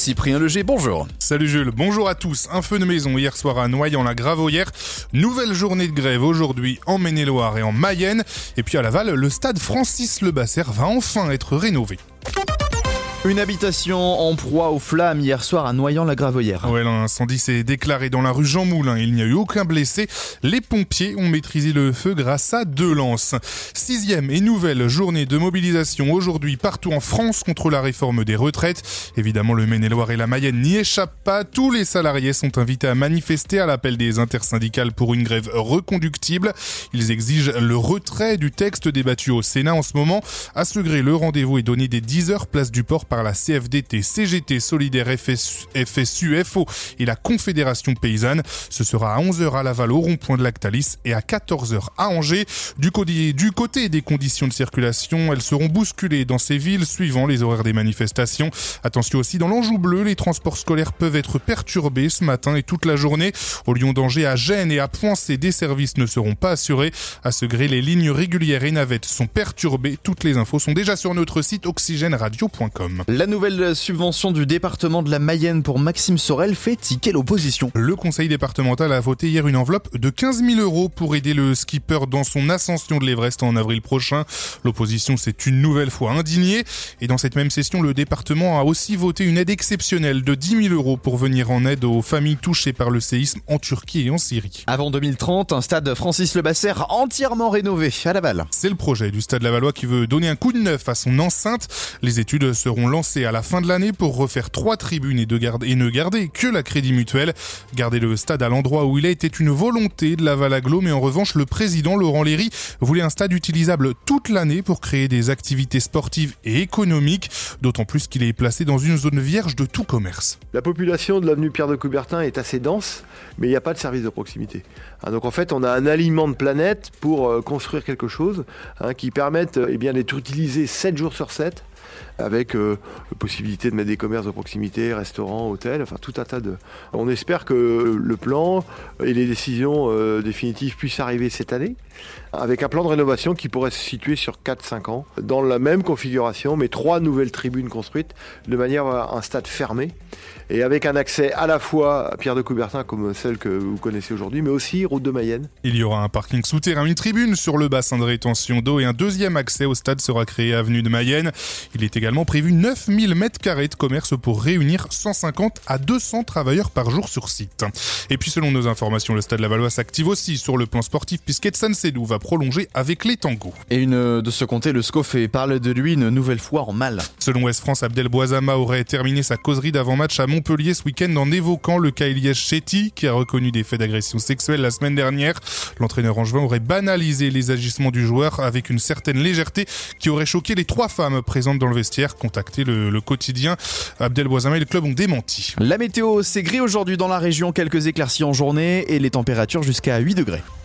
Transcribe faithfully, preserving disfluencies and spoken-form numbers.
Cyprien Leger, bonjour. Salut Jules, bonjour à tous. Un feu de maison hier soir à Noyant-la-Gravoyère. Nouvelle journée de grève aujourd'hui en Maine-et-Loire et en Mayenne. Et puis à Laval, le stade Francis-Lebasser va enfin être rénové. Une habitation en proie aux flammes hier soir à Noyant-la-Gravoyère. Ouais, l'incendie s'est déclaré dans la rue Jean Moulin. Il n'y a eu aucun blessé. Les pompiers ont maîtrisé le feu grâce à deux lances. Sixième et nouvelle journée de mobilisation aujourd'hui partout en France contre la réforme des retraites. Évidemment, le Maine-et-Loire et la Mayenne n'y échappent pas. Tous les salariés sont invités à manifester à l'appel des intersyndicales pour une grève reconductible. Ils exigent le retrait du texte débattu au Sénat en ce moment. À Segré, le rendez-vous est donné dès dix heures, place du Port, par la C F D T, C G T, Solidaire, F S U, F O et la Confédération Paysanne. Ce sera à onze heures à Laval au rond-point de Lactalis et à quatorze heures à Angers. Du côté, du côté des conditions de circulation, elles seront bousculées dans ces villes suivant les horaires des manifestations. Attention aussi, dans l'Anjou bleu, les transports scolaires peuvent être perturbés ce matin et toute la journée. Au Lyon d'Angers, à Gênes et à Poincé, des services ne seront pas assurés. À Segré, les lignes régulières et navettes sont perturbées. Toutes les infos sont déjà sur notre site oxygène radio point com. La nouvelle subvention du département de la Mayenne pour Maxime Sorel fait tiquer l'opposition. Le conseil départemental a voté hier une enveloppe de quinze mille euros pour aider le skipper dans son ascension de l'Everest en avril prochain. L'opposition s'est une nouvelle fois indignée. Et dans cette même session, le département a aussi voté une aide exceptionnelle de dix mille euros pour venir en aide aux familles touchées par le séisme en Turquie et en Syrie. Avant deux mille trente, un stade Francis-Lebasser entièrement rénové à Laval. C'est le projet du stade lavallois qui veut donner un coup de neuf à son enceinte. Les études seront lancé à la fin de l'année pour refaire trois tribunes et, de garder, et ne garder que la Crédit Mutuelle. Garder le stade à l'endroit où il est était une volonté de Laval Agglo, mais en revanche, le président Laurent Léry voulait un stade utilisable toute l'année pour créer des activités sportives et économiques, d'autant plus qu'il est placé dans une zone vierge de tout commerce. La population de l'avenue Pierre de Coubertin est assez dense, mais il n'y a pas de service de proximité. Hein, donc en fait, on a un alignement de planète pour euh, construire quelque chose hein, qui permette eh bien, d'être utilisé sept jours sur sept, avec euh, la possibilité de mettre des commerces de proximité, restaurants, hôtels, enfin tout un tas de... On espère que le plan et les décisions euh, définitives puissent arriver cette année, avec un plan de rénovation qui pourrait se situer sur quatre à cinq ans, dans la même configuration, mais trois nouvelles tribunes construites, de manière à un stade fermé, et avec un accès à la fois à Pierre de Coubertin, comme celle que vous connaissez aujourd'hui, mais aussi route de Mayenne. Il y aura un parking souterrain, une tribune sur le bassin de rétention d'eau et un deuxième accès au stade sera créé avenue de Mayenne. Il est également prévu neuf mille mètres carrés de commerce pour réunir cent cinquante à deux cents travailleurs par jour sur site. Et puis selon nos informations, le stade lavallois s'active aussi sur le plan sportif puisqu'Edson Sedou va prolonger avec les tangos. Et une de ce côté, le SCOF parle de lui une nouvelle fois en mal. Selon Ouest France, Abdel Boisama aurait terminé sa causerie d'avant-match à Montpellier ce week-end en évoquant le cas Ilyes Chetty qui a reconnu des faits d'agression sexuelle la semaine dernière. L'entraîneur angevin aurait banalisé les agissements du joueur avec une certaine légèreté qui aurait choqué les trois femmes présentes dans le vestiaire. Contacté le, le quotidien, Abdel Boisama et le club ont démenti. La météo, c'est gris aujourd'hui dans la région, quelques éclaircies en journée et les températures jusqu'à huit degrés.